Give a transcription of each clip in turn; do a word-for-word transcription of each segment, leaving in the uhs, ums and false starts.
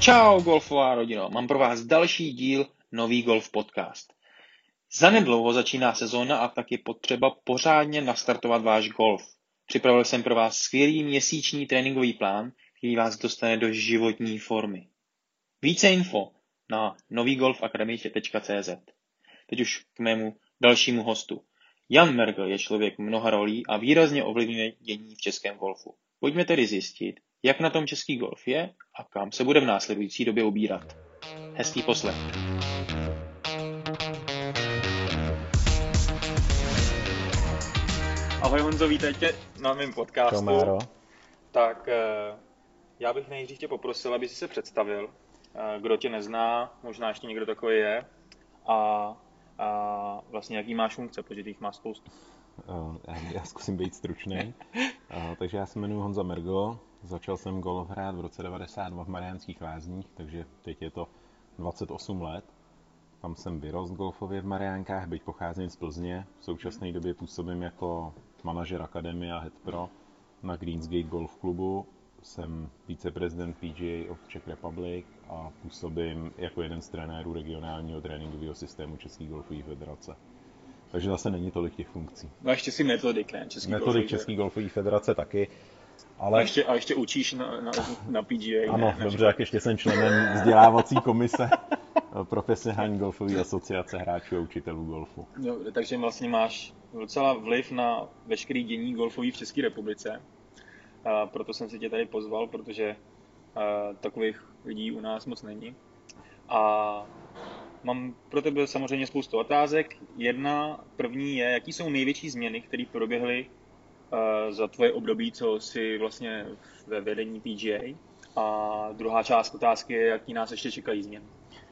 Čau golfová rodino, mám pro vás další díl Nový golf podcast. Zanedlouho začíná sezóna a tak je potřeba pořádně nastartovat váš golf. Připravil jsem pro vás skvělý měsíční tréninkový plán, který vás dostane do životní formy. Více info na novigolfacademy tečka cé zet. Teď už k mému dalšímu hostu. Jan Mergl je člověk mnoha rolí a výrazně ovlivňuje dění v českém golfu. Pojďme tedy zjistit, jak na tom český golf je a kam se bude v následující době ubírat. Hezký poslech. Ahoj Honzo, vítejte na mém podcastu. Čau, tak já bych nejdřív tě poprosil, aby si se představil, kdo tě nezná, možná ještě někdo takový je, a, a vlastně jaký máš funkce, protože těch máš spoustu. Já zkusím být stručný. Takže já se jmenuji Honza Mergl, začal jsem golf hrát v roce devadesát dva v Mariánských Lázních, takže teď je to dvacet osm let. Tam jsem vyrost golfově v Mariánkách, byť pocházím z Plzně. V současné době působím jako manažer Akademie a Head Pro na Greensgate Golf klubu. Jsem viceprezident P G A of Czech Republic a působím jako jeden z trenérů regionálního tréninkového systému České golfové federace. Takže zase není tolik těch funkcí. No a ještě si metodik, ne? Český metodik České golfové federace taky. Ale... A, ještě, a ještě učíš na, na, na P G A. Ano, ne, dobře, jak ještě jsem členem vzdělávací komise Profesionální golfové asociace hráčů a učitelů golfu. Dobře, takže vlastně máš docela vliv na veškerý dění golfový v České republice. A proto jsem si tě tady pozval, protože takových lidí u nás moc není. A mám pro tebe samozřejmě spoustu otázek. Jedna první je, jaký jsou největší změny, které proběhly za tvoje období, co jsi vlastně ve vedení P G A. A druhá část otázky je, jaký nás ještě čekají změny.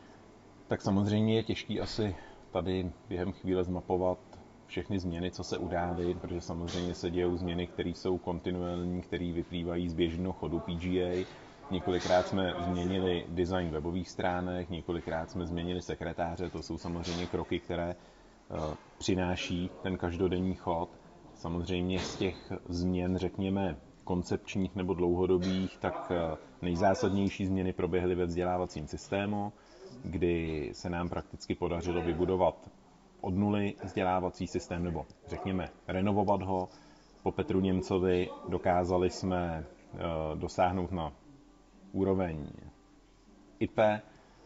Tak samozřejmě je těžký asi tady během chvíle zmapovat všechny změny, co se udály, protože samozřejmě se dějou změny, které jsou kontinuální, které vyplývají z běžného chodu P G A. Několikrát jsme změnili design webových stránek, několikrát jsme změnili sekretáře, to jsou samozřejmě kroky, které uh, přináší ten každodenní chod. Samozřejmě z těch změn, řekněme, koncepčních nebo dlouhodobých, tak uh, nejzásadnější změny proběhly ve vzdělávacím systému, kdy se nám prakticky podařilo vybudovat od nuly vzdělávací systém, nebo řekněme renovovat ho. Po Petru Němcovi dokázali jsme uh, dosáhnout na úroveň I P E,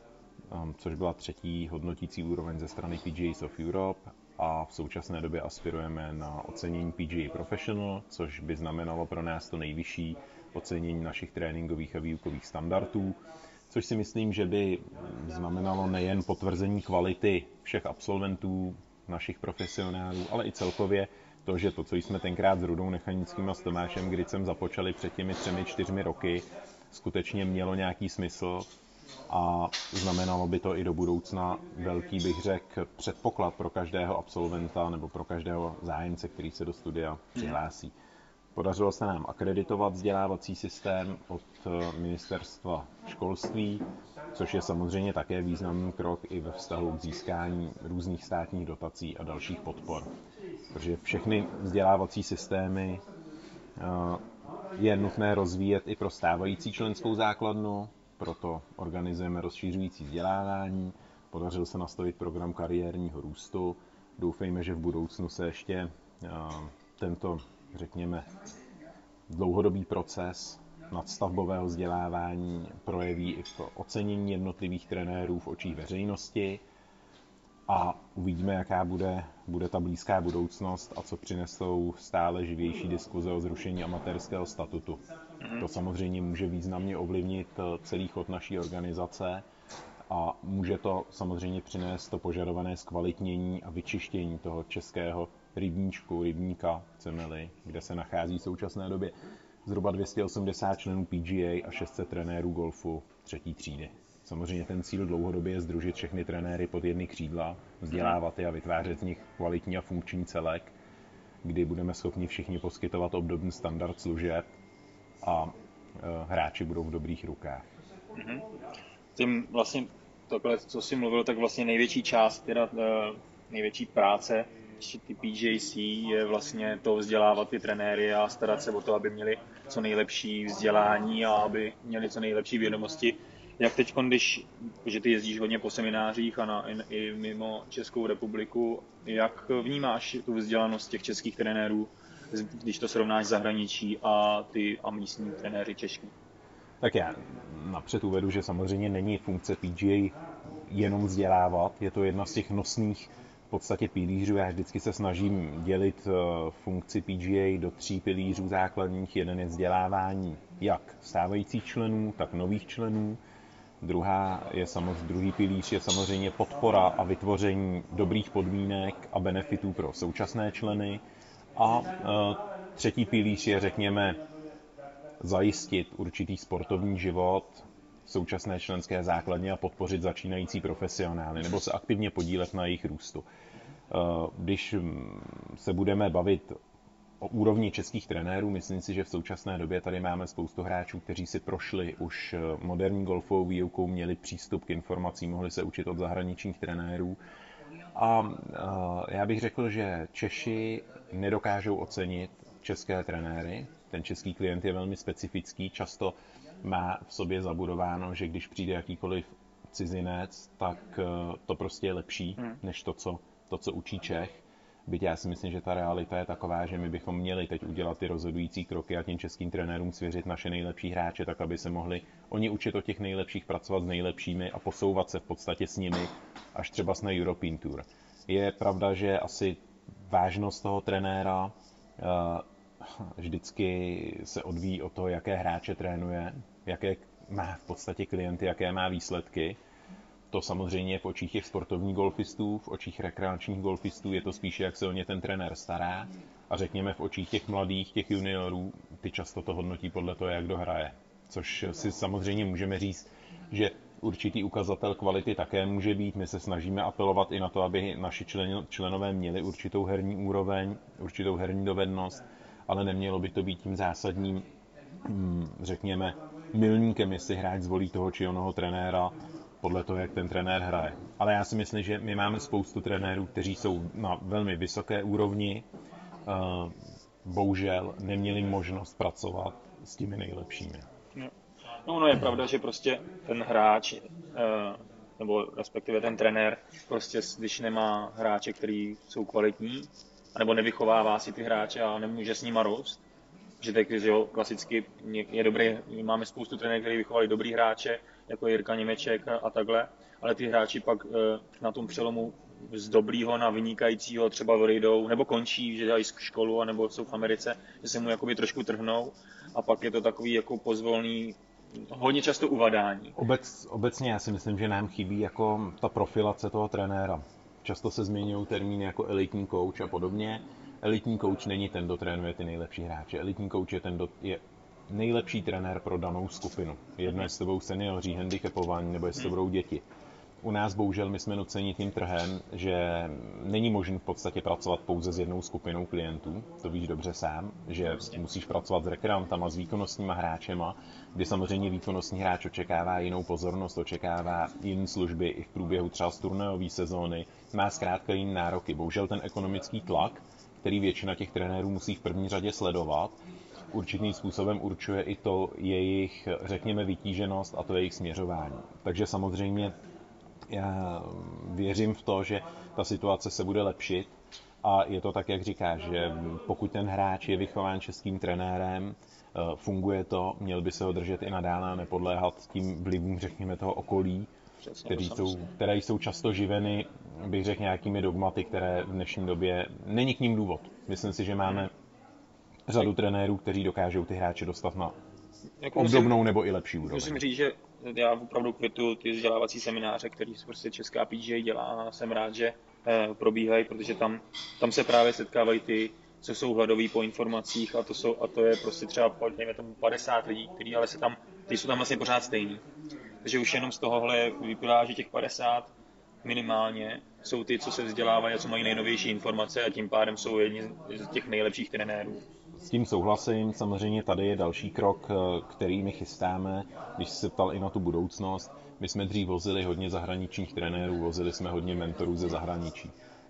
což byla třetí hodnotící úroveň ze strany P G As of Europe, a v současné době aspirujeme na ocenění P G A Professional, což by znamenalo pro nás to nejvyšší ocenění našich tréninkových a výukových standardů, což si myslím, že by znamenalo nejen potvrzení kvality všech absolventů, našich profesionálů, ale i celkově to, že to, co jsme tenkrát s Rudou Nechanickým a s Tomášem Gricem započali před těmi třemi, čtyřmi roky, skutečně mělo nějaký smysl a znamenalo by to i do budoucna velký, bych řekl, předpoklad pro každého absolventa nebo pro každého zájemce, který se do studia přihlásí. Podařilo se nám akreditovat vzdělávací systém od ministerstva školství, což je samozřejmě také významný krok i ve vztahu k získání různých státních dotací a dalších podpor. Protože všechny vzdělávací systémy je nutné rozvíjet i pro stávající členskou základnu, proto organizujeme rozšiřující vzdělávání, podařilo se nastavit program kariérního růstu. Doufejme, že v budoucnu se ještě tento, řekněme, dlouhodobý proces nadstavbového vzdělávání projeví i v ocenění jednotlivých trenérů v očích veřejnosti a uvidíme, jaká bude, bude ta blízká budoucnost a co přinesou stále živější diskuze o zrušení amatérského statutu. To samozřejmě může významně ovlivnit celý chod naší organizace a může to samozřejmě přinést to požadované zkvalitnění a vyčištění toho českého rybníčku, rybníka, chceme-li, kde se nachází v současné době zhruba dvě stě osmdesát členů P G A a šest set trenérů golfu třetí třídy. Samozřejmě ten cíl dlouhodobě je sdružit všechny trenéry pod jedny křídla, vzdělávat je a vytvářet z nich kvalitní a funkční celek, kdy budeme schopni všichni poskytovat obdobný standard služeb a e, hráči budou v dobrých rukách. Mm-hmm. Tím vlastně takhle, co jsi mluvil, tak vlastně největší část, teda největší práce ještě ty P J C je vlastně to vzdělávat ty trenéry a starat se o to, aby měli co nejlepší vzdělání a aby měli co nejlepší vědomosti Jak teď, když, že ty jezdíš hodně po seminářích a na, i, i mimo Českou republiku, jak vnímáš tu vzdělanost těch českých trenérů, když to srovnáš zahraničí a ty a místní trenéři čeští? Tak já napřed uvedu, že samozřejmě není funkce P G A jenom vzdělávat, je to jedna z těch nosných v podstatě pilířů. Já vždycky se snažím dělit funkci P G A do tří pilířů základních. Jeden je vzdělávání jak stávajících členů, tak nových členů. Druhá je samozřejmě, druhý pilíř je samozřejmě podpora a vytvoření dobrých podmínek a benefitů pro současné členy. A e, třetí pilíř je, řekněme, zajistit určitý sportovní život současné členské základně a podpořit začínající profesionály nebo se aktivně podílet na jejich růstu. Když se budeme bavit o úrovni českých trenérů, myslím si, že v současné době tady máme spoustu hráčů, kteří si prošli už moderní golfovou výukou, měli přístup k informacím, mohli se učit od zahraničních trenérů. A já bych řekl, že Češi nedokážou ocenit české trenéry. Ten český klient je velmi specifický, často má v sobě zabudováno, že když přijde jakýkoliv cizinec, tak to prostě je lepší, než to, co, to, co učí Čech. Byť já si myslím, že ta realita je taková, že my bychom měli teď udělat ty rozhodující kroky a těm českým trenérům svěřit naše nejlepší hráče, tak aby se mohli oni učit o těch nejlepších, pracovat s nejlepšími a posouvat se v podstatě s nimi až třeba na European Tour. Je pravda, že asi vážnost toho trenéra vždycky se odvíjí od toho, jaké hráče trénuje, jaké má v podstatě klienty, jaké má výsledky. To samozřejmě v očích těch sportovních golfistů, v očích rekreačních golfistů je to spíše, jak se o ně ten trenér stará. A řekněme v očích těch mladých, těch juniorů, ty často to hodnotí podle toho, jak kdo hraje. Což si samozřejmě můžeme říct, že určitý ukazatel kvality také může být. My se snažíme apelovat i na to, aby naši člen, členové měli určitou herní úroveň, určitou herní dovednost, ale nemělo by to být tím zásadním, řekněme, milníkem, jestli hráč zvolí toho či onoho trenéra podle toho, jak ten trenér hraje. Ale já si myslím, že my máme spoustu trenérů, kteří jsou na velmi vysoké úrovni, bohužel neměli možnost pracovat s těmi nejlepšími. No, no je pravda, že prostě ten hráč, nebo respektive ten trenér, prostě když nemá hráče, kteří jsou kvalitní, anebo nevychovává si ty hráče a nemůže s nima růst, že tak, že jo, klasicky je dobrý, máme spoustu trenérů, kteří vychovali dobrý hráče, jako Jirka Němeček a takhle, ale ty hráči pak na tom přelomu z dobrýho na vynikajícího třeba odejdou, nebo končí, že dělají školu, nebo jsou v Americe, že se mu jakoby trošku trhnou a pak je to takový jako pozvolný, hodně často uvadání. Obec, obecně já si myslím, že nám chybí jako ta profilace toho trenéra. Často se zmiňují termíny jako elitní coach a podobně. Elitní coach není ten, kdo trénuje ty nejlepší hráče. Elitní coach je ten, kdo je nejlepší trenér pro danou skupinu. Jedno je s tebou seniori, handicapovaní, nebo jestli budou děti. U nás bohužel my jsme nuceni tím trhem, že není možné v podstatě pracovat pouze s jednou skupinou klientů. To víš dobře sám, že musíš pracovat s rekreantama, s výkonnostníma hráčema, kdy samozřejmě výkonnostní hráč očekává jinou pozornost, očekává jiné služby i v průběhu třeba z turnajové sezóny, má zkrátka jiné nároky. Bohužel ten ekonomický tlak, který většina těch trenérů musí v první řadě sledovat, určitým způsobem určuje i to jejich, řekněme, vytíženost a to jejich směřování. Takže samozřejmě já věřím v to, že ta situace se bude lepšit a je to tak, jak říkáš, že pokud ten hráč je vychován českým trenérem, funguje to, měl by se ho držet i nadále a nepodléhat tím vlivům, řekněme, toho okolí, které jsou, které jsou často živeny, bych řekl, nějakými dogmaty, které v dnešní době není k ním důvod. Myslím si, že máme řadu trenérů, kteří dokážou ty hráče dostat na jako obdobnou musím, nebo i lepší úroveň. Musím říct, že já opravdu kvituju ty vzdělávací semináře, které prostě česká P G A dělá a jsem rád, že eh, probíhají, protože tam, tam se právě setkávají ty, co jsou hladoví po informacích a to, jsou, a to je prostě třeba dejme tomu padesát lidí, kteří ale se tam, ty jsou tam vlastně pořád stejný. Takže už jenom z tohohle vypadá, že těch padesát minimálně jsou ty, co se vzdělávají a co mají nejnovější informace a tím pádem jsou jedni z těch nejlepších trenérů. S tím souhlasím, samozřejmě tady je další krok, který my chystáme, když se ptal i na tu budoucnost. My jsme dřív vozili hodně zahraničních trenérů, vozili jsme hodně mentorů ze zahraničí.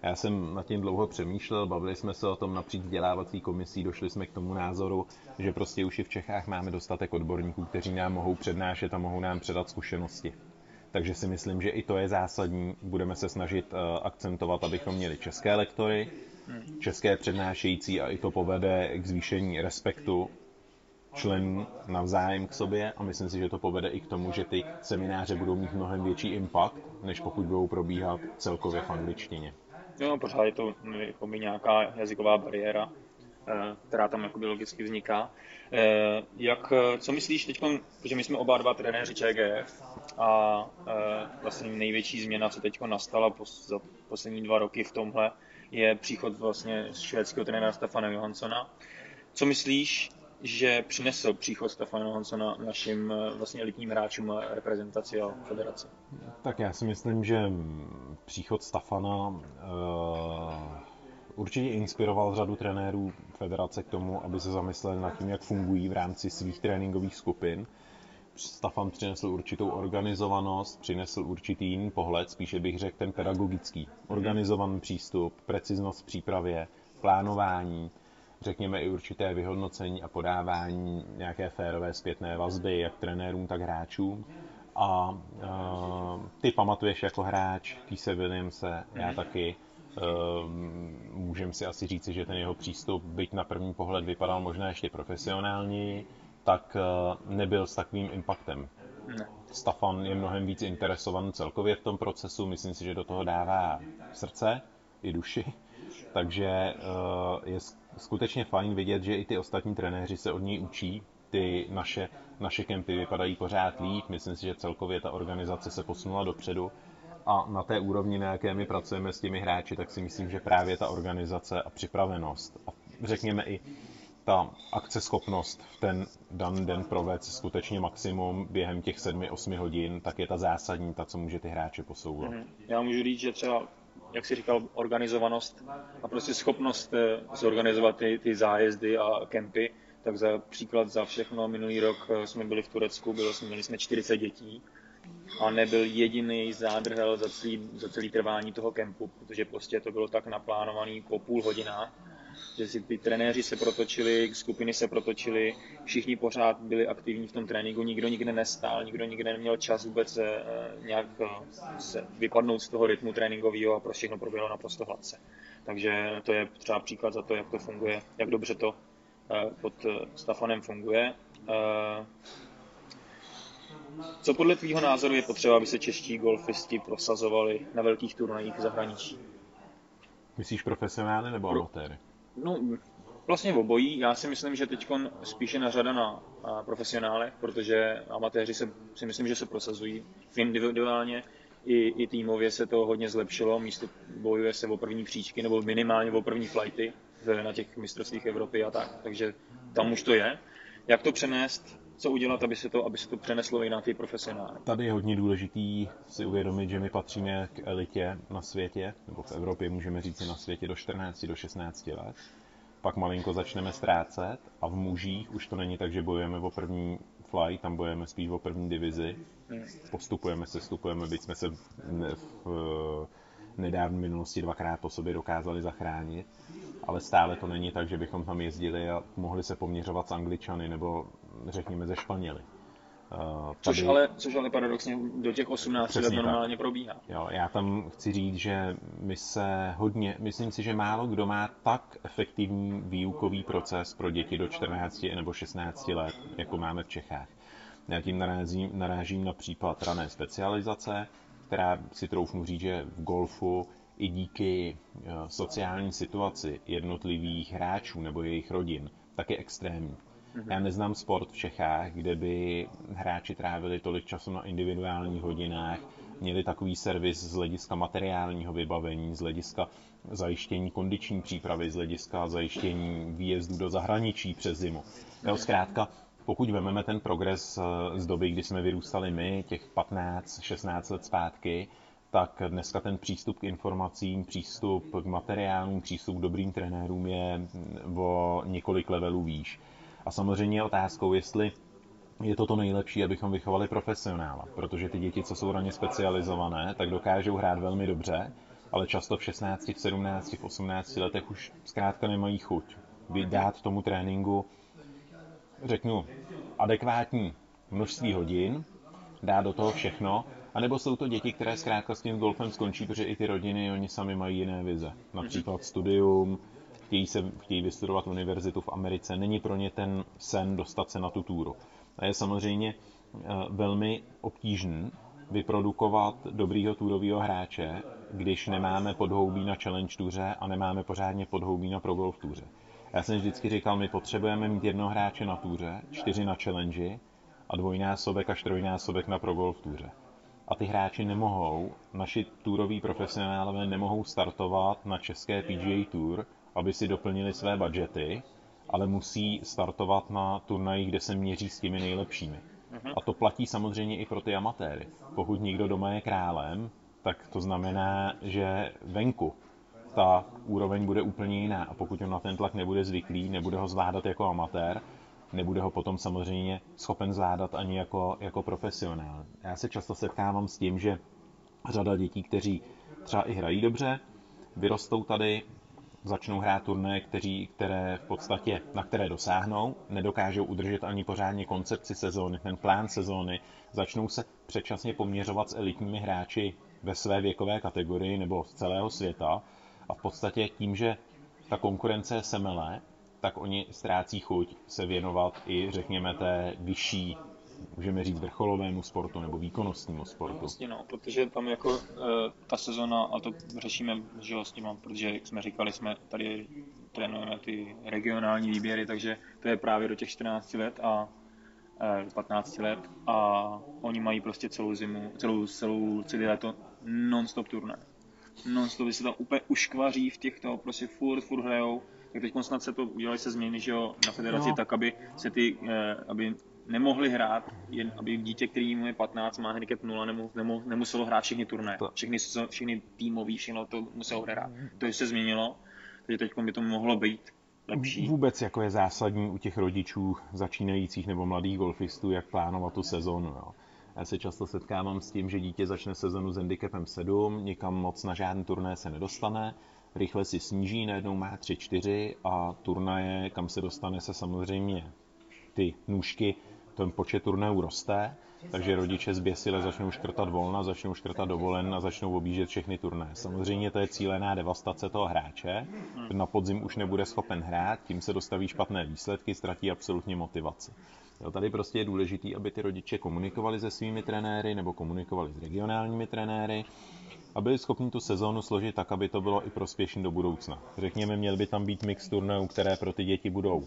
Já jsem nad tím dlouho přemýšlel, bavili jsme se o tom napříč vzdělávací komisí, došli jsme k tomu názoru, že prostě už i v Čechách máme dostatek odborníků, kteří nám mohou přednášet a mohou nám předat zkušenosti. Takže si myslím, že i to je zásadní. Budeme se snažit akcentovat, abychom měli české lektory, české přednášející a i to povede k zvýšení respektu členů navzájem k sobě a myslím si, že to povede i k tomu, že ty semináře budou mít mnohem větší impact, než pokud budou probíhat celkově v angličtině. Jo, pořád je to jakoby nějaká jazyková bariéra, která tam jakoby logicky vzniká. Jak, co myslíš teď, protože my jsme oba dva trenéři ČGF a vlastně největší změna, co teď nastala za poslední dva roky v tomhle, je příchod vlastně švédského trenéra Stefana Johanssona. Co myslíš, že přinesl příchod Stefana Johanssona našim vlastně elitním hráčům reprezentaci a federaci? Tak já si myslím, že příchod Stefana uh, určitě inspiroval řadu trenérů federace k tomu, aby se zamysleli nad tím, jak fungují v rámci svých tréninkových skupin. Stefan přinesl určitou organizovanost, přinesl určitý jiný pohled, spíše bych řekl ten pedagogický. Organizovaný přístup, preciznost v přípravě, plánování, řekněme i určité vyhodnocení a podávání nějaké férové zpětné vazby, jak trenérům, tak hráčům. A uh, ty pamatuješ jako hráč Keese Williamse, já taky. Uh, můžeme si asi říci, že ten jeho přístup, byť na první pohled vypadal možná ještě profesionálněji, tak uh, nebyl s takovým impactem. Ne. Stefan je mnohem víc interesovan celkově v tom procesu, myslím si, že do toho dává srdce i duši, takže uh, je skutečně fajn vidět, že i ty ostatní trenéři se od něj učí. Ty naše, naše kempy vypadají pořád líp, myslím si, že celkově ta organizace se posunula dopředu a na té úrovni, na jaké my pracujeme s těmi hráči, tak si myslím, že právě ta organizace a připravenost a řekněme i ta akceschopnost v ten daný den provést skutečně maximum během těch sedmi osmi hodin, tak je ta zásadní, ta, co může ty hráče posouvat. Já můžu říct, že třeba, jak jsi říkal, organizovanost a prostě schopnost zorganizovat ty, ty zájezdy a kempy, tak za příklad za všechno minulý rok jsme byli v Turecku, bylo, měli jsme čtyřicet dětí a nebyl jediný zádrhel za celý, za celý trvání toho kempu, protože prostě to bylo tak naplánovaný po půl hodinách, že si ty trenéři se protočili, skupiny se protočily, všichni pořád byli aktivní v tom tréninku, nikdo nikde nestál, nikdo nikde neměl čas vůbec nějak se vypadnout z toho rytmu tréninkového a pro všechno proběhlo naprosto hladce. Takže to je třeba příklad za to, jak to funguje, jak dobře to pod Stefanem funguje. Co podle tvýho názoru je potřeba, aby se čeští golfisti prosazovali na velkých turnajích v zahraničí? Myslíš profesionály nebo amatéry? No, vlastně obojí. Já si myslím, že teď spíše nařada na profesionále, protože amatéři se, si myslím, že se prosazují individuálně. I, I týmově se to hodně zlepšilo, místo bojuje se o první příčky nebo minimálně o první flighty na těch mistrovstvích Evropy a tak, takže tam už to je. Jak to přenést, co udělat, aby se to, aby se to přeneslo i na ty profesionály? Tady je hodně důležitý si uvědomit, že my patříme k elitě na světě, nebo v Evropě můžeme říct na světě do čtrnácti do šestnácti let. Pak malinko začneme ztrácet a v mužích už to není tak, že bojujeme o první flight, tam bojujeme spíš o první divizi. Postupujeme, sestupujeme, byť jsme se v nedávné minulosti dvakrát po sobě dokázali zachránit, ale stále to není tak, že bychom tam jezdili a mohli se poměřovat s Angličany nebo řekněme ze Španěli. Uh, což, tady... ale, což ale paradoxně do těch osmnácti let normálně tak probíhá. Jo, já tam chci říct, že my se hodně, myslím si, že málo kdo má tak efektivní výukový proces pro děti do čtrnácti nebo šestnácti let, jako máme v Čechách. Já tím narážím, narážím na případ rané specializace, která si troufnu říct, že v golfu i díky sociální situaci jednotlivých hráčů nebo jejich rodin tak je extrémní. Já neznám sport v Čechách, kde by hráči trávili tolik času na individuálních hodinách, měli takový servis z hlediska materiálního vybavení, z hlediska zajištění kondiční přípravy, z hlediska zajištění výjezdu do zahraničí přes zimu. Jo, zkrátka, pokud vezmeme ten progres z doby, kdy jsme vyrůstali my, těch patnáct šestnáct let zpátky, tak dneska ten přístup k informacím, přístup k materiálům, přístup k dobrým trenérům je o několik levelů výš. A samozřejmě je otázkou, jestli je to to nejlepší, abychom vychovali profesionála, protože ty děti, co jsou raně specializované, tak dokážou hrát velmi dobře, ale často v šestnácti, v sedmnácti, v osmnácti letech už zkrátka nemají chuť dát tomu tréninku, řeknu, adekvátní množství hodin, dát do toho všechno, anebo jsou to děti, které zkrátka s tím golfem skončí, protože i ty rodiny, oni sami mají jiné vize. Například studium, chtějí, se, chtějí vystudovat univerzitu v Americe, není pro ně ten sen dostat se na tu túru. A je samozřejmě velmi obtížný vyprodukovat dobrýho túrového hráče, když nemáme podhoubí na challenge túře a nemáme pořádně podhoubí na pro golf túře. Já jsem vždycky říkal, my potřebujeme mít jednoho hráče na túře, čtyři na challenge a dvojnásobek až trojnásobek na pro golf túře. A ty hráči nemohou, naši túroví profesionálové nemohou startovat na české P G A Tour, aby si doplnili své budžety, ale musí startovat na turnajích, kde se měří s těmi nejlepšími. A to platí samozřejmě i pro ty amatéry. Pokud někdo doma je králem, tak to znamená, že venku ta úroveň bude úplně jiná. A pokud on na ten tlak nebude zvyklý, nebude ho zvládat jako amatér, nebude ho potom samozřejmě schopen zvládat ani jako, jako profesionál. Já se často setkávám s tím, že řada dětí, kteří třeba i hrají dobře, vyrostou tady, začnou hrát turnaje, kteří, které v podstatě, na které dosáhnou, nedokážou udržet ani pořádně koncepci sezóny, ten plán sezóny, začnou se předčasně poměřovat s elitními hráči ve své věkové kategorii nebo z celého světa a v podstatě tím, že ta konkurence je semele, tak oni ztrácí chuť se věnovat i, řekněme, té vyšší, můžeme říct, vrcholovému sportu nebo výkonnostnímu sportu. Vlastně no, protože tam jako e, ta sezona, a to řešíme že s tím, protože jak jsme říkali, jsme tady trénujeme ty regionální výběry, takže to je právě do těch čtrnácti let a e, patnácti let a oni mají prostě celou zimu, celou, celou celé léto non-stop turné. Non-stop, se tam úplně uškvaří v těchto, prostě furt, furt hrajou. Tak teď snad se to udělali se změny, že jo, na federaci, no. Tak aby se ty, e, aby nemohli hrát, jen aby dítě, který mu je patnáct, má handicap nula, nemu, nemu, nemuselo hrát všechny turné, všechny, všechny týmový, všechno to muselo hrát. To se změnilo, takže teď by to mohlo být lepší. Vůbec jako je zásadní u těch rodičů začínajících nebo mladých golfistů, jak plánovat tu sezonu. Jo. Já se často setkávám s tím, že dítě začne sezonu s handicapem sedm, nikam moc na žádný turné se nedostane, rychle si sníží, najednou má tři čtyři a turnaje, kam se dostane, se samozřejmě ty nůžky, ten počet turnajů roste, takže rodiče zběsile začnou škrtat volna, začnou škrtat dovolen a začnou objíždět všechny turnaje. Samozřejmě to je cílená devastace toho hráče, na podzim už nebude schopen hrát, tím se dostaví špatné výsledky, ztratí absolutně motivaci. Jo, tady prostě je důležité, aby ty rodiče komunikovali se svými trenéry nebo komunikovali s regionálními trenéry a byli schopni tu sezónu složit tak, aby to bylo i prospěšné do budoucna. Řekněme, měl by tam být mix turnajů, které pro ty děti budou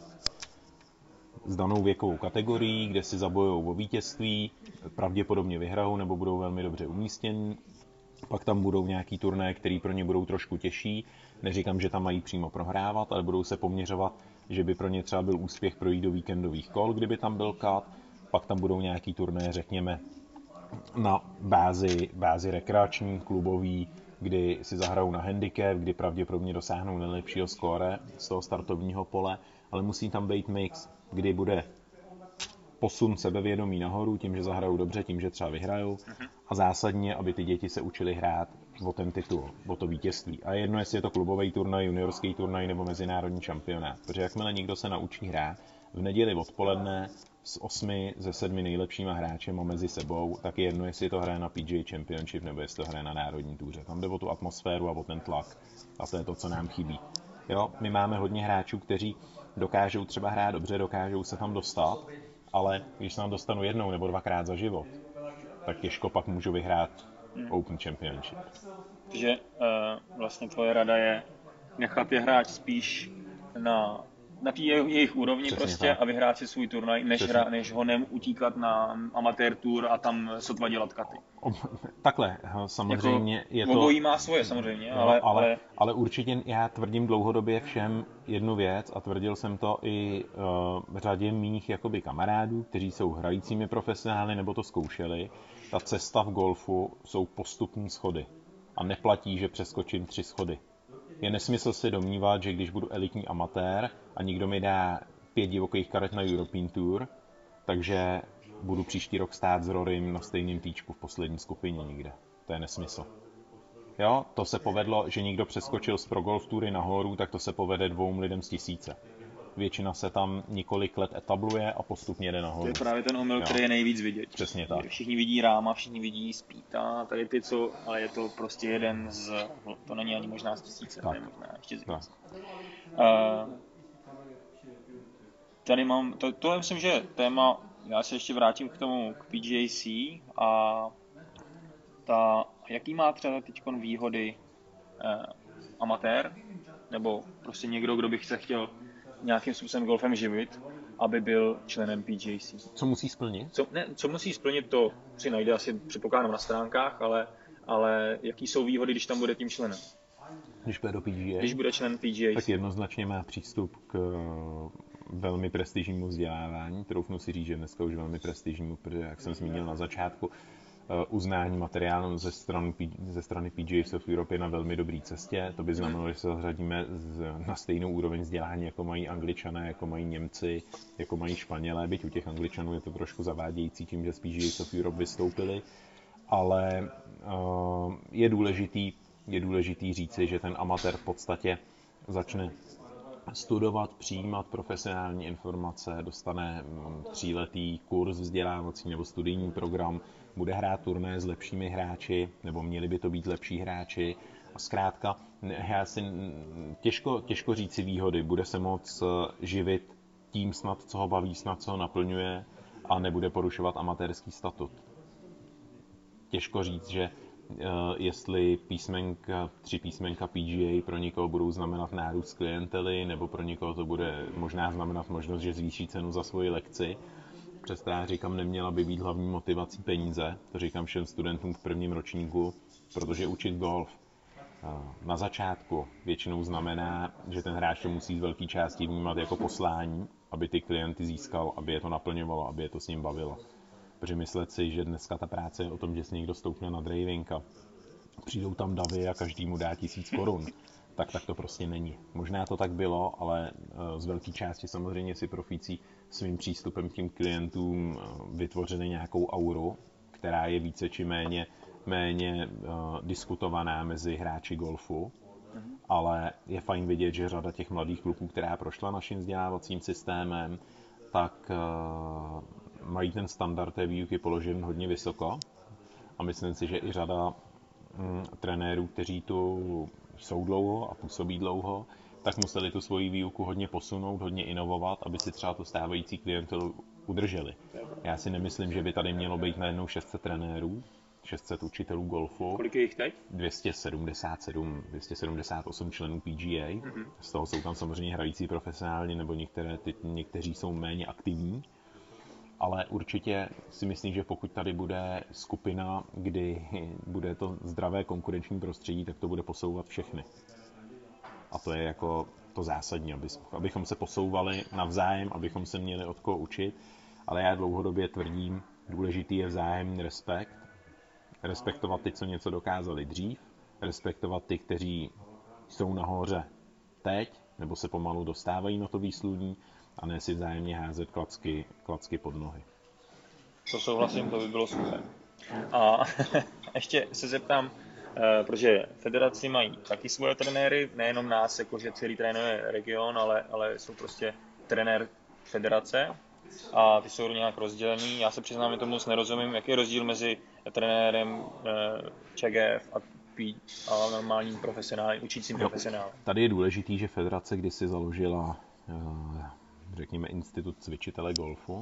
s danou věkovou kategorií, kde si zabojou o vítězství, pravděpodobně vyhrajou nebo budou velmi dobře umístěni. Pak tam budou nějaký turnaje, které pro ně budou trošku těžší. Neříkám, že tam mají přímo prohrávat, ale budou se poměřovat, že by pro ně třeba byl úspěch projít do víkendových kol, kdyby tam byl cut. Pak tam budou nějaký turnaje, řekněme, na bázi, bázi rekreační, klubový, kdy si zahrajou na handicap, kdy pravděpodobně dosáhnou nejlepšího skóre z toho startovního pole, ale musí tam být mix, kdy bude posun sebevědomí nahoru tím, že zahrajou dobře, tím, že třeba vyhrajou a zásadně, aby ty děti se učili hrát o ten titul, o to vítězství. A jedno, jestli je to klubový turnaj, juniorský turnaj nebo mezinárodní šampionát. Protože jakmile někdo se naučí hrát v neděli odpoledne s osmi ze sedmi nejlepšíma hráčema mezi sebou, tak je jedno, jestli to hraje na P G A Championship nebo jestli to hraje na národní túře. Tam jde o tu atmosféru a o ten tlak. A to je to, co nám chybí. Jo, my máme hodně hráčů, kteří dokážou třeba hrát dobře, dokážou se tam dostat, ale když se tam dostanu jednou nebo dvakrát za život, tak těžko pak můžu vyhrát Open Championship. Takže uh, vlastně tvoje rada je nechat je hrát spíš na, na tý jejich úrovni. Přesně prostě tak. A vyhrát si svůj turnaj, než, hra, než ho nem utíkat na amatér tour a tam sotva dělat katy. Takhle, samozřejmě jako, je to... Obojí má svoje samozřejmě, no, ale, ale... Ale určitě já tvrdím dlouhodobě všem jednu věc a tvrdil jsem to i uh, řadě mých jakoby kamarádů, kteří jsou hrajícími profesionály nebo to zkoušeli. Ta cesta v golfu jsou postupní schody a neplatí, že přeskočím tři schody. Je nesmysl si domnívat, že když budu elitní amatér a někdo mi dá pět divokých karet na European Tour, takže budu příští rok stát s Rorym na stejném týčku v poslední skupině někde. To je nesmysl. Jo, to se povedlo, že někdo přeskočil z Pro Golf Toury nahoru, tak to se povede dvou lidem z tisíce. Většina se tam několik let etabluje a postupně jde nahoru. To je právě ten omyl, jo, který je nejvíc vidět. Přesně tak. Všichni vidí Ráma, všichni vidí Speeda, tady ty co, ale je to prostě jeden z, to není ani možná z tisíce, to je možná ještě z víc. Uh, tady mám, to, tohle myslím, že je téma, já se ještě vrátím k tomu, k P G A C a ta, jaký má třeba teď výhody eh, amatér, nebo prostě někdo, kdo by se chtěl nějakým způsobem golfem živit, aby byl členem P G A C. Co musí splnit? Co, ne, co musí splnit, to si najde asi předpokládám na stránkách, ale, ale jaký jsou výhody, když tam bude tím členem? Když bude do P G A? Když bude člen P G A C. Tak jednoznačně má přístup k velmi prestižnímu vzdělávání. Troufnu si říct, že dneska už velmi prestižnímu, protože, jak jsem zmínil na začátku, uznání materiálu ze strany, ze strany P G A of Europe je na velmi dobré cestě. To by znamenalo, že se zařadíme na stejnou úroveň vzdělání, jako mají Angličané, jako mají Němci, jako mají Španělé. Byť u těch Angličanů je to trošku zavádějící tím, že z P G A of Europe vystoupili. Ale uh, je důležitý, je důležitý říci, že ten amatér v podstatě začne studovat, přijímat profesionální informace, dostane tříletý kurz vzdělávací nebo studijní program, bude hrát turné s lepšími hráči, nebo měli by to být lepší hráči. A zkrátka, já si těžko, těžko říci výhody, bude se moc živit tím snad, co ho baví, snad, co ho naplňuje a nebude porušovat amatérský statut. Těžko říct, že jestli písmenka, tři písmenka P G A pro někoho budou znamenat nárůst klientely, nebo pro někoho to bude možná znamenat možnost, že zvýší cenu za svoji lekci. Přesto já říkám, neměla by být hlavní motivací peníze. To říkám všem studentům v prvním ročníku, protože učit golf na začátku většinou znamená, že ten hráč to musí z velké části vnímat jako poslání, aby ty klienty získal, aby je to naplňovalo, aby je to s ním bavilo. Protože myslet si, že dneska ta práce je o tom, že si někdo stoupne na drivinka, přijdou tam davy a každý mu dá tisíc korun, tak tak to prostě není. Možná to tak bylo, ale z velké části samozřejmě si profíci svým přístupem k těm klientům vytvořili nějakou auru, která je více či méně, méně uh, diskutovaná mezi hráči golfu, ale je fajn vidět, že řada těch mladých kluků, která prošla naším vzdělávacím systémem, tak uh, mají ten standard té výuky položen hodně vysoko a myslím si, že i řada mm, trenérů, kteří tu jsou dlouho a působí dlouho, tak museli tu svoji výuku hodně posunout, hodně inovovat, aby si třeba tu stávající klientelu udrželi. Já si nemyslím, že by tady mělo být najednou šest set trenérů, šest set učitelů golfu. Kolik je jich teď? dvě stě sedmdesát sedm, dvě stě sedmdesát osm členů P G A. Mm-hmm. Z toho jsou tam samozřejmě hrající profesionálně, nebo některé, ty, někteří jsou méně aktivní. Ale určitě si myslím, že pokud tady bude skupina, kdy bude to zdravé konkurenční prostředí, tak to bude posouvat všechny. A to je jako to zásadní, abychom se posouvali navzájem, abychom se měli od koho učit. Ale já dlouhodobě tvrdím, důležitý je vzájemný respekt. Respektovat ty, co něco dokázali dřív. Respektovat ty, kteří jsou nahoře teď, nebo se pomalu dostávají na to výsluní. A ne si vzájemně házet klacky, klacky pod nohy. To souhlasím, to by bylo super. A ještě se zeptám, protože federaci mají taky svoje trenéry, nejenom nás, jakože celý trénuje region, ale, ale jsou prostě trenér federace a ty jsou nějak rozdělení. Já se přiznám, že tomu moc nerozumím, jaký je rozdíl mezi trenérem Č G F a, a normálním profesionálním, učícím profesionálem. Tady je důležitý, že federace kdysi založila řekněme institut cvičitele golfu.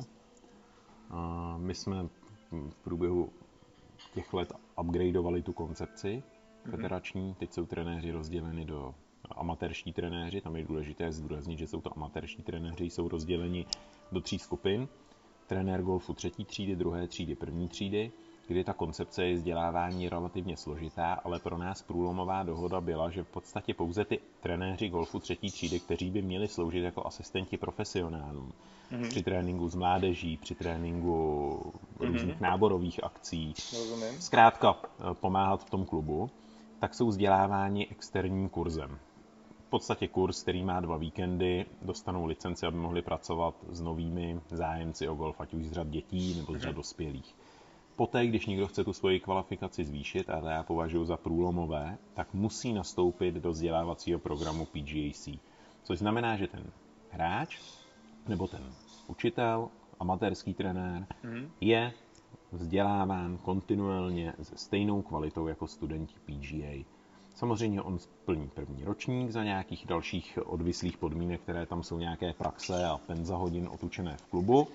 A my jsme v průběhu těch let upgradeovali tu koncepci federační. Teď jsou trenéři rozděleni do amatérští trenéři. Tam je důležité zdůraznit, že jsou to amatérští trenéři, jsou rozděleni do tří skupin. Trenér golfu třetí třídy, druhé třídy, první třídy, kdy ta koncepce je vzdělávání relativně složitá, ale pro nás průlomová dohoda byla, že v podstatě pouze ty trenéři golfu třetí třídy, kteří by měli sloužit jako asistenti profesionálům mm-hmm. při tréninku s mládeží, při tréninku mm-hmm. různých náborových akcí, Rozumím. Zkrátka pomáhat v tom klubu, tak jsou vzděláváni externím kurzem. V podstatě kurz, který má dva víkendy, dostanou licenci, aby mohli pracovat s novými zájemci o golf, ať už z řad dětí nebo z řad dospělých. poté, když někdo chce tu svoji kvalifikaci zvýšit, a to já považuji za průlomové, tak musí nastoupit do vzdělávacího programu P G A C. Což znamená, že ten hráč nebo ten učitel, amatérský trenér mm. je vzděláván kontinuálně se stejnou kvalitou jako studenti P G A. Samozřejmě on splní první ročník za nějakých dalších odvislých podmínek, které tam jsou nějaké praxe a penza hodin otučené v klubu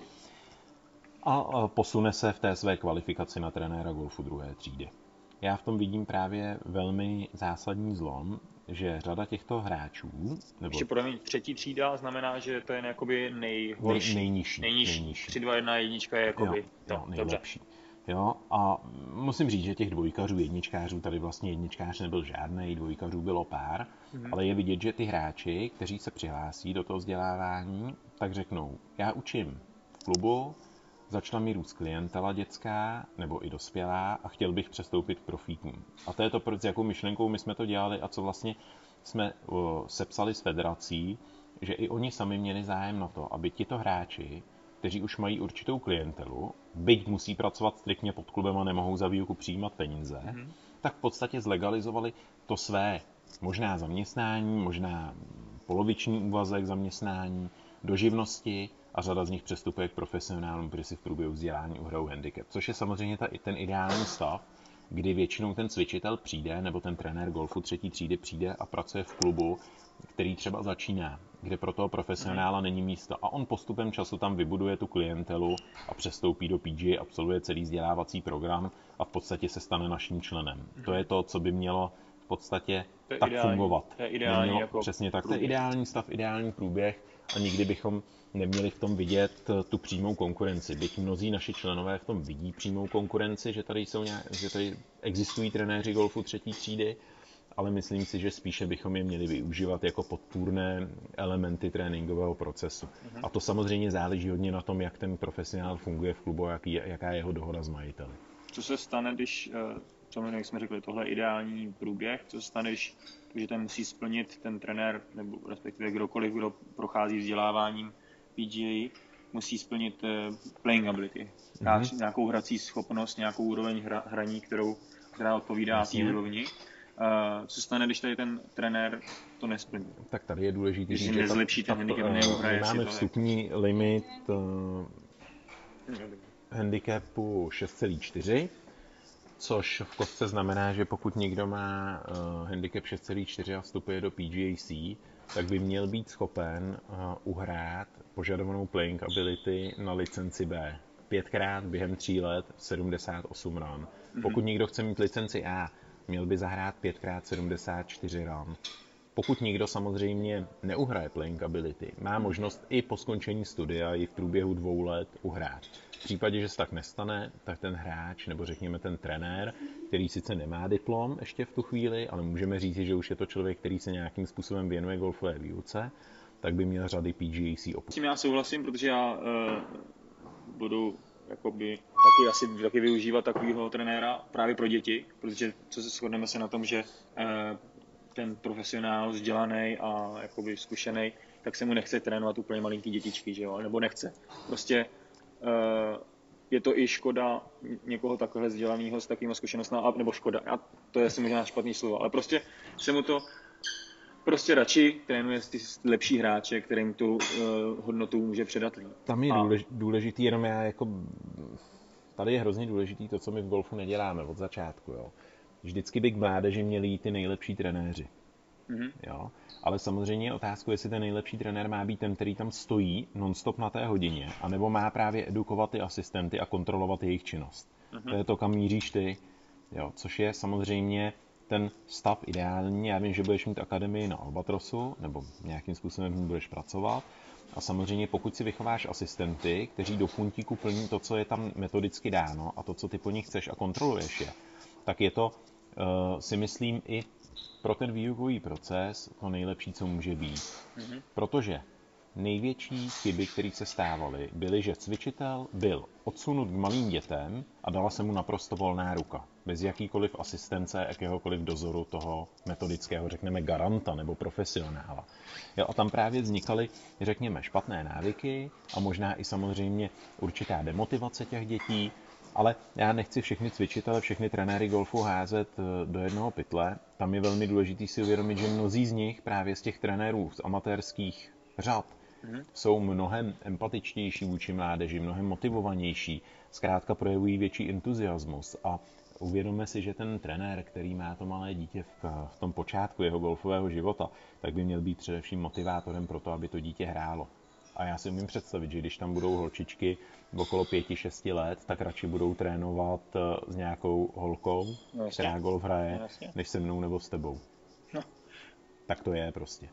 a posune se v té své kvalifikaci na trenéra golfu druhé třídy. Já v tom vidím právě velmi zásadní zlom, že řada těchto hráčů... Nebo... Ještě promiň, třetí třída znamená, že to je jakoby nejhorší. Nej, nejnižší. Nejnižší. nejnižší. tři, dva, jedna jednička je jakoby... Jo, jo, nejlepší. Jo, a musím říct, že těch dvojkařů, jedničkářů, tady vlastně jedničkář nebyl žádnej, dvojkařů bylo pár, mm-hmm. ale je vidět, že ty hráči, kteří se přihlásí do toho vzdělávání, tak řeknou, já učím v klubu, začala mi růst klientela dětská nebo i dospělá a chtěl bych přestoupit k profíkům. A to je to, s jakou myšlenkou my jsme to dělali a co vlastně jsme o, sepsali s federací, že i oni sami měli zájem na to, aby tito hráči, kteří už mají určitou klientelu, byť musí pracovat striktně pod klubem a nemohou za výuku přijímat peníze, mm-hmm. tak v podstatě zlegalizovali to své možná zaměstnání, možná poloviční úvazek zaměstnání, do živnosti a řada z nich přestupuje k profesionálům, kteří si v průběhu vzdělání uhrajou handicap. Což je samozřejmě ta, ten ideální stav, kdy většinou ten cvičitel přijde, nebo ten trenér golfu třetí třídy přijde a pracuje v klubu, který třeba začíná, kde pro toho profesionála není místo. A on postupem času tam vybuduje tu klientelu a přestoupí do P G A, absolvuje celý vzdělávací program a v podstatě se stane naším členem. Mm-hmm. To je to, co by mělo v podstatě tak ideální, fungovat. To je ideální mělo, jako přesně tak, průběh. To je ideální stav, ideální průběh a nikdy bychom neměli v tom vidět tu přímou konkurenci. Byť mnozí naši členové v tom vidí přímou konkurenci, že tady, jsou nějak, že tady existují trenéři golfu třetí třídy, ale myslím si, že spíše bychom je měli využívat jako podpůrné elementy tréninkového procesu. Mm-hmm. A to samozřejmě záleží hodně na tom, jak ten profesionál funguje v klubu, jaký, jaká je jeho dohoda s majiteli. Co se stane, když, samozřejmě, jak jsme řekli, tohle je ideální průběh, co se stane, když že ten musí splnit ten trenér, nebo respektive kdokoliv, kdo prochází vzděláváním P G A, musí splnit playing ability, mm-hmm. nějakou hrací schopnost, nějakou úroveň hra, hraní, kterou, která odpovídá té úrovni. Uh, co stane, když tady ten trenér to nesplní? Tak tady je důležitý, že nezlepší ten handicap, neuhraje. Máme vstupní to, limit uh, handicapu šest celá čtyři, což v kostce znamená, že pokud někdo má uh, handicap šest celá čtyři a vstupuje do P G A C, tak by měl být schopen uh, uhrát požadovanou playing ability na licenci B. Pětkrát během tří let sedmdesát osm run. Mm-hmm. Pokud někdo chce mít licenci A, měl by zahrát pětkrát sedmdesát čtyři run. Pokud někdo samozřejmě neuhraje playing ability, má možnost i po skončení studia i v průběhu dvou let uhrát. V případě, že se tak nestane, tak ten hráč, nebo řekněme ten trenér, který sice nemá diplom ještě v tu chvíli, ale můžeme říct, že už je to člověk, který se nějakým způsobem věnuje golfové výuce, tak by měl řady P G A C opustit. S tím já souhlasím, protože já uh, budu jakoby taky asi taky využívat takového trenéra právě pro děti, protože co se shodneme se na tom, že uh, ten profesionál vzdělaný a jakoby zkušený, tak se mu nechce trénovat úplně malinký dětičky, že jo, nebo nechce. Prostě uh, je to i škoda někoho takového vzdělaného s takovými zkušenostmi, nebo škoda, a to je asi možná špatný slovo, ale prostě se mu to prostě radši trénuje ty lepší hráče, kterým tu uh, hodnotu může předat líp. Tam je a... důležitý, jenom já jako, tady je hrozně důležitý to, co my v golfu neděláme od začátku, jo. Vždycky by k mládeži měli jít ty nejlepší trenéři. Mm-hmm. Jo? Ale samozřejmě je otázka, jestli ten nejlepší trenér má být ten, který tam stojí non-stop na té hodině, anebo má právě edukovat ty asistenty a kontrolovat jejich činnost. Mm-hmm. To je to, kam míříš ty, jo? Což je samozřejmě ten stav ideální. Já vím, že budeš mít akademii na Albatrosu, nebo nějakým způsobem budeš pracovat. A samozřejmě pokud si vychováš asistenty, kteří do puntíku plní to, co je tam metodicky dáno a to, co ty po nich chceš a kontroluješ je, tak je to, uh, si myslím, i pro ten výukový proces to nejlepší, co může být. Mm-hmm. Protože největší chyby, které se stávaly, byly, že cvičitel byl odsunut k malým dětem a dala se mu naprosto volná ruka. Bez jakýkoliv asistence, jakéhokoliv dozoru toho metodického, řekneme, garanta nebo profesionála. Jo, a tam právě vznikaly, řekněme, špatné návyky a možná i samozřejmě určitá demotivace těch dětí. Ale já nechci všechny cvičit, ale všechny trenéry golfu házet do jednoho pytle. Tam je velmi důležité si uvědomit, že mnozí z nich, právě z těch trenérů z amatérských řad, mm-hmm. jsou mnohem empatičtější vůči mládeži, mnohem motivovanější, zkrátka projevují větší entuziasmus a uvědomme si, že ten trenér, který má to malé dítě v, v tom počátku jeho golfového života, tak by měl být především motivátorem pro to, aby to dítě hrálo. A já si umím představit, že když tam budou holčičky okolo pěti, šesti let, tak radši budou trénovat s nějakou holkou, no, která golf hraje, no, než se mnou nebo s tebou. No. Tak to je prostě.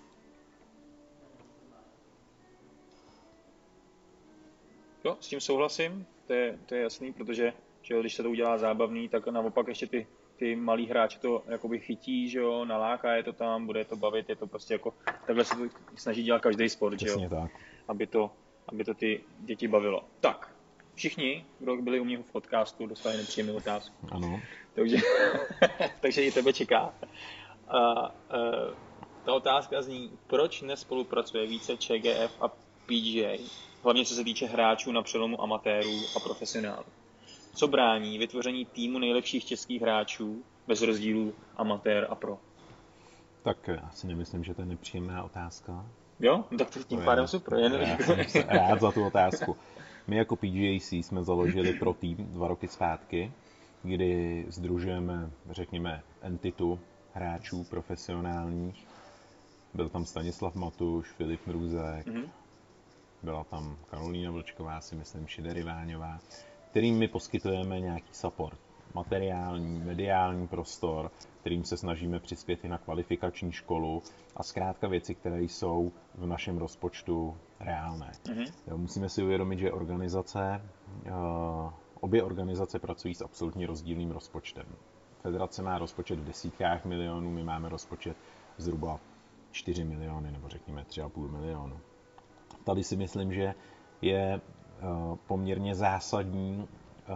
Jo, s tím souhlasím, to je, to je jasný, protože že když se to udělá zábavný, tak naopak ještě ty, ty malí hráči to jakoby chytí, že jo, naláká je to tam, bude to bavit, je to prostě jako, takhle se to snaží dělat každý sport, že jo, tak. Aby, to, aby to ty děti bavilo. Tak, všichni, kdo byli u mě v podcastu, dostali nepříjemnou otázku. Ano. Takže, takže i tebe čeká. A, a, ta otázka zní, proč nespolupracuje více Č G F a P G A, hlavně co se týče hráčů na přelomu amatérů a profesionálů. Co brání vytvoření týmu nejlepších českých hráčů bez rozdílu amatér a pro? Tak já si nemyslím, že to je nepříjemná otázka. Jo? No tak to tím to pádem super. Jen... Já jsem rád za tu otázku. My jako P G A C jsme založili pro tým dva roky zpátky, kdy sdružujeme, řekněme, entitu hráčů profesionálních. Byl tam Stanislav Matuš, Filip Mrůzek, mm-hmm. byla tam Karolína Vlčková, si myslím, Šidery Váňová, kterým my poskytujeme nějaký support, materiální, mediální prostor, kterým se snažíme přispět i na kvalifikační školu a zkrátka věci, které jsou v našem rozpočtu reálné. Mm-hmm. Jo, musíme si uvědomit, že organizace, obě organizace pracují s absolutně rozdílným rozpočtem. Federace má rozpočet v desítkách milionů, my máme rozpočet zhruba čtyři miliony, nebo řekněme tři a půl milionu. Tady si myslím, že je poměrně zásadní,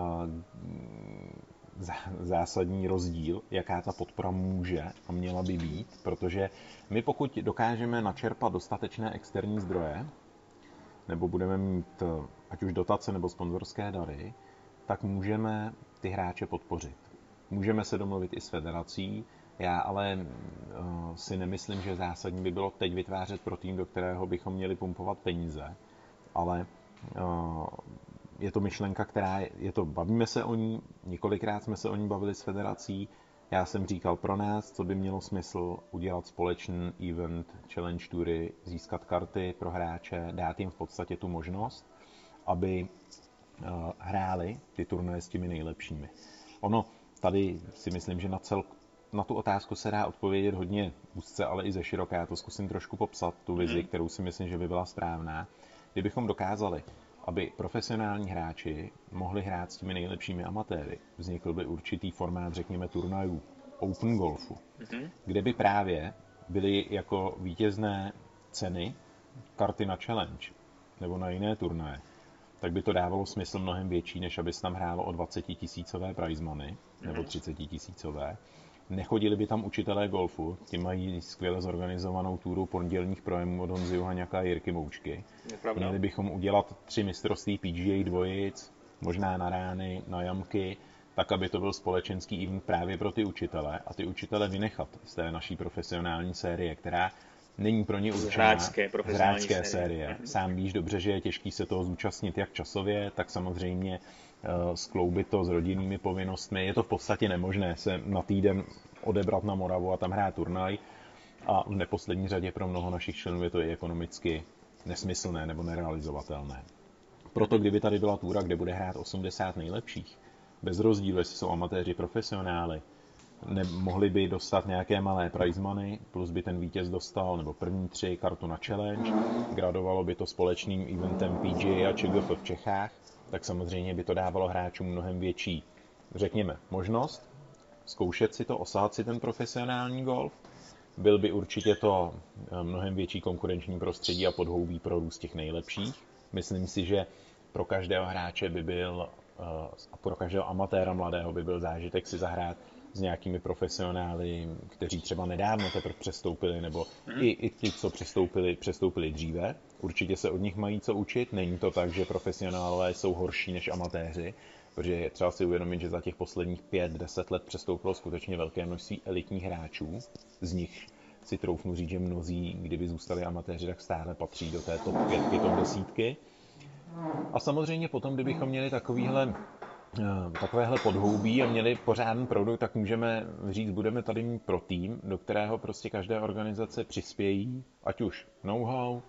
zásadní rozdíl, jaká ta podpora může a měla by být, protože my pokud dokážeme načerpat dostatečné externí zdroje, nebo budeme mít ať už dotace nebo sponzorské dary, tak můžeme ty hráče podpořit. Můžeme se domluvit i s federací, já ale uh, si nemyslím, že zásadní by bylo teď vytvářet pro tým, do kterého bychom měli pumpovat peníze, ale uh, je to myšlenka, která je to, bavíme se o ní, několikrát jsme se o ní bavili s federací, já jsem říkal pro nás, co by mělo smysl udělat společný event, challenge toury, získat karty pro hráče, dát jim v podstatě tu možnost, aby uh, hráli ty turnaje s těmi nejlepšími. Ono, tady si myslím, že na, cel, na tu otázku se dá odpovědět hodně úzce, ale i ze široká. Já to zkusím trošku popsat, tu vizi, kterou si myslím, že by byla správná. Kdybychom dokázali, aby profesionální hráči mohli hrát s těmi nejlepšími amatéry, vznikl by určitý formát, řekněme, turnajů, open golfu, kde by právě byly jako vítězné ceny karty na challenge nebo na jiné turnaje, tak by to dávalo smysl mnohem větší, než aby se tam hrálo o dvacetitisícové prize money nebo třicetitisícové. Nechodili by tam učitelé golfu, ti mají skvěle zorganizovanou túru pondělních projemů od Honzy Johaňaka a Jirky Moučky. Měli bychom udělat tři mistrovství P G A dvojic, možná na rány, na jamky, tak, aby to byl společenský event právě pro ty učitele a ty učitele vynechat z té naší profesionální série, která není pro ně určená hráčské, hráčské série. série. Sám víš dobře, že je těžký se toho zúčastnit jak časově, tak samozřejmě uh, skloubit to s rodinnými povinnostmi. Je to v podstatě nemožné se na týden odebrat na Moravu a tam hrát turnaj. A v neposlední řadě pro mnoho našich členů je to i ekonomicky nesmyslné nebo nerealizovatelné. Proto kdyby tady byla túra, kde bude hrát osmdesát nejlepších, bez rozdílu, jestli jsou amatéři, profesionály, ne, mohli by dostat nějaké malé prize money, plus by ten vítěz dostal, nebo první tři kartu na challenge, gradovalo by to společným eventem P G A a Č G F v Čechách, tak samozřejmě by to dávalo hráčům mnohem větší, řekněme, možnost zkoušet si to, osahat si ten profesionální golf. Byl by určitě to mnohem větší konkurenční prostředí a podhoubí pro růst těch nejlepších. Myslím si, že pro každého hráče by byl a pro každého amatéra mladého by byl zážitek si zahrát s nějakými profesionály, kteří třeba nedávno teprve přestoupili, nebo Mhm. i, i ti, co přestoupili, přestoupili dříve. Určitě se od nich mají co učit. Není to tak, že profesionálové jsou horší než amatéři, protože je třeba si uvědomit, že za těch posledních pět deset let přestoupilo skutečně velké množství elitních hráčů. Z nich si troufnu říct, že mnozí, kdyby zůstali amatéři, tak stále patří do té top pětky, top desítky. A samozřejmě potom, kdybychom měli takovýhle, takovéhle podhoubí a měli pořádný produkt, tak můžeme říct, budeme tady mít pro tým, do kterého prostě každé organizace přispějí, ať už know-how,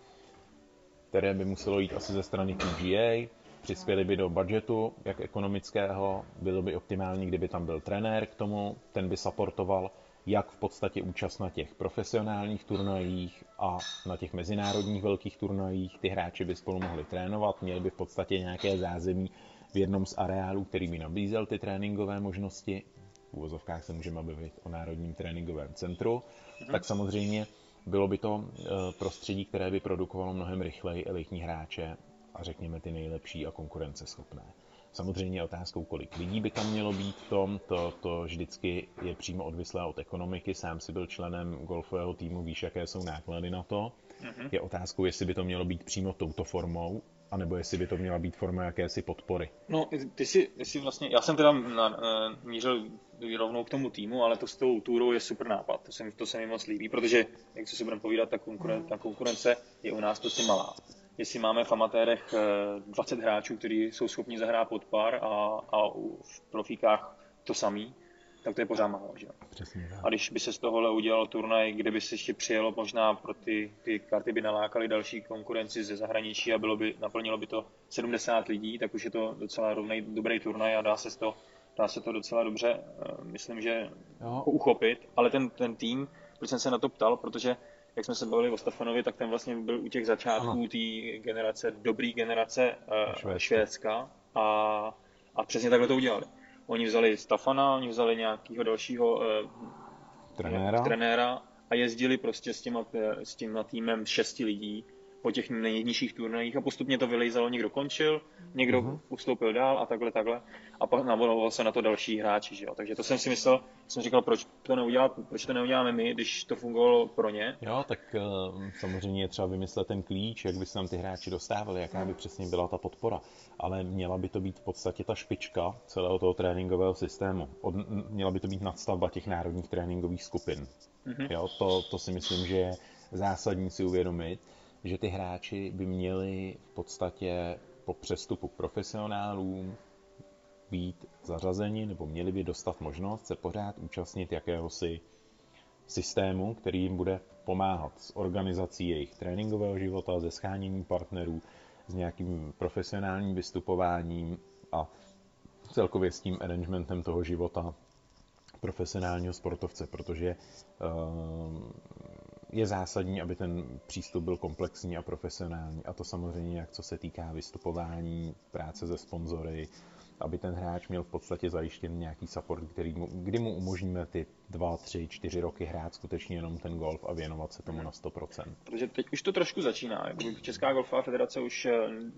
které by muselo jít asi ze strany P G A, přispěli by do budgetu, jak ekonomického, bylo by optimální, kdyby tam byl trenér k tomu, ten by supportoval jak v podstatě účast na těch profesionálních turnajích a na těch mezinárodních velkých turnajích. Ty hráči by spolu mohli trénovat, měli by v podstatě nějaké zázemí v jednom z areálů, který by nabízel ty tréninkové možnosti. V uvozovkách se můžeme bavit o Národním tréninkovém centru. Mhm. Tak samozřejmě bylo by to prostředí, které by produkovalo mnohem rychleji elitní hráče a řekněme ty nejlepší a konkurenceschopné. Samozřejmě otázkou, kolik lidí by tam mělo být v tom, to, to vždycky je přímo odvislé od ekonomiky. Sám si byl členem golfového týmu, víš, jaké jsou náklady na to. Mm-hmm. Je otázkou, jestli by to mělo být přímo touto formou, anebo jestli by to měla být forma jakési podpory. No, ty si, ty si vlastně, já jsem teda na, na, mířil rovnou k tomu týmu, ale to s tou túrou je super nápad. To se mi, to se mi moc líbí, protože, jak si budeme povídat, ta, konkuren, ta konkurence je u nás prostě malá. Jestli máme v amatérech dvacet hráčů, kteří jsou schopni zahrát pod par a, a v profíkách to samý, tak to je pořád málo. Že? Přesně, a když by se z tohohle udělal turnaj, kde by se ještě přijelo, možná pro ty, ty karty by nalákali další konkurenci ze zahraničí a bylo by, naplnilo by to sedmdesát lidí, tak už je to docela rovnej, dobrý turnaj a dá se to, dá se to docela dobře, myslím, že jo. uchopit. Ale ten, ten tým, proč jsem se na to ptal, protože jak jsme se bavili o Stefanovi, tak ten vlastně byl u těch začátků té generace, dobrý generace uh, Švédska a, a přesně takhle to udělali. Oni vzali Stefana, oni vzali nějakého dalšího uh, trenéra. trenéra a jezdili prostě s, těma, s tím týmem šesti lidí po těch nejnižších turnajích a postupně to vylejzalo, někdo končil, někdo uh-huh. ustoupil dál a takhle, takhle a pak navonoval se na to další hráči, že jo. Takže to jsem si myslel, jsem říkal, proč to neudělat, proč to neuděláme my, když to fungovalo pro ně. Jo, tak uh, samozřejmě je třeba vymyslet ten klíč, jak by se tam ty hráči dostávali, jaká by přesně byla ta podpora, ale měla by to být v podstatě ta špička celého toho tréninkového systému. Od, měla by to být nadstavba těch národních tréninkových skupin. Uh-huh. Jo, to, to si myslím, že je zásadní si uvědomit, že ty hráči by měli v podstatě po přestupu k profesionálům být zařazeni nebo měli by dostat možnost se pořád účastnit jakéhosi systému, který jim bude pomáhat s organizací jejich tréninkového života, se sháněním partnerů, s nějakým profesionálním vystupováním a celkově s tím arrangementem toho života profesionálního sportovce, protože uh, je zásadní, aby ten přístup byl komplexní a profesionální. A to samozřejmě, jak co se týká vystupování, práce se sponzory, aby ten hráč měl v podstatě zajištěn nějaký support, který mu, kdy mu umožníme ty dva, tři, čtyři roky hrát skutečně jenom ten golf a věnovat se tomu na sto procent. Protože teď už to trošku začíná. Česká golfová federace už,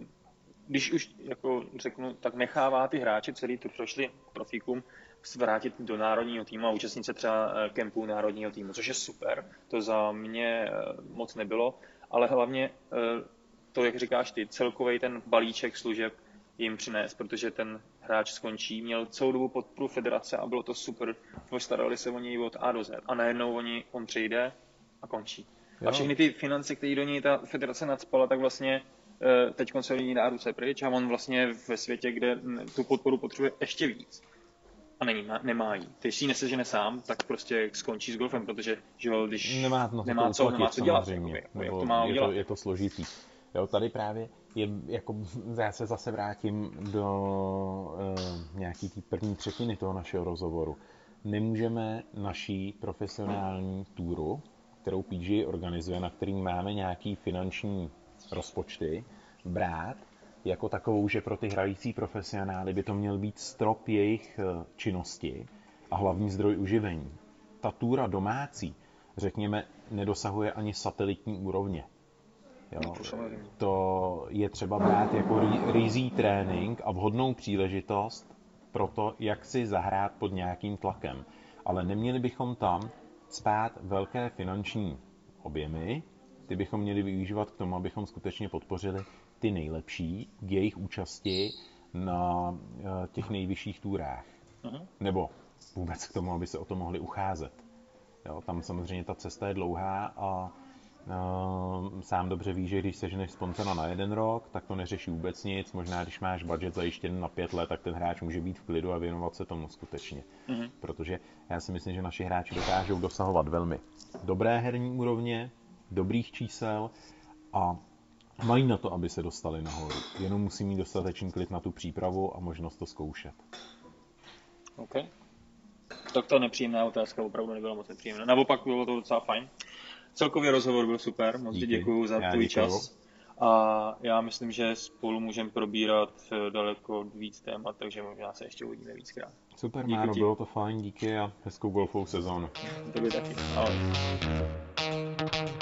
když už jako řeknu, tak nechává ty hráče, kteří tu prošli profíkům, vrátit do národního týmu a účastnit se třeba kempů národního týmu, což je super. To za mě moc nebylo, ale hlavně to, jak říkáš ty, celkový ten balíček služeb jim přinést, protože ten hráč skončí, měl celou dobu podporu federace a bylo to super. Postarali se o něj od A do Z a najednou oni, on přejde a končí. Jo. A všechny ty finance, které do něj ta federace nadspala, tak vlastně teď se lidi dá ruce pryč a on vlastně ve světě, kde tu podporu potřebuje ještě víc. A není, nemá jí. Když si ji nesežene sám, tak prostě skončí s golfem, protože že jo, když nemá, no, nemá, to co, uplatit, nemá co dělat, samozřejmě. jak, jak to má je udělat. To, je to složitý. Jo, tady právě je, jako, já se zase vrátím do uh, nějaký té první třetiny toho našeho rozhovoru. Nemůžeme naší profesionální túru, kterou P G A organizuje, na kterým máme nějaký finanční rozpočty, brát jako takovou, že pro ty hrající profesionály by to měl být strop jejich činnosti a hlavní zdroj uživení. Ta túra domácí, řekněme, nedosahuje ani satelitní úrovně. Jo? To je třeba brát jako ryzí trénink a vhodnou příležitost pro to, jak si zahrát pod nějakým tlakem. ale neměli bychom tam cpát velké finanční objemy, ty bychom měli využívat k tomu, abychom skutečně podpořili ty nejlepší k jejich účasti na těch nejvyšších túrách. Uh-huh. Nebo vůbec k tomu, aby se o to mohli ucházet. Jo, tam samozřejmě ta cesta je dlouhá a uh, sám dobře víš, že když seženeš sponsora na jeden rok, tak to neřeší vůbec nic. Možná když máš budget zajištěn na pět let, tak ten hráč může být v klidu a věnovat se tomu skutečně. Uh-huh. Protože já si myslím, že naši hráči dokážou dosahovat velmi dobré herní úrovně, dobrých čísel a mají na to, aby se dostali nahoru. Jenom musí mít dostatečný klid na tu přípravu a možnost to zkoušet. OK. Tak to nepříjemná otázka opravdu nebyla moc nepříjemná. Naopak bylo to docela fajn. Celkově rozhovor byl super, moc ti děkuju za tvůj čas. A já myslím, že spolu můžeme probírat daleko víc témat, takže možná se ještě uvidíme víckrát. Super, Máro, bylo to fajn, díky a hezkou golfovou sezónu. To by taky. Ahoj.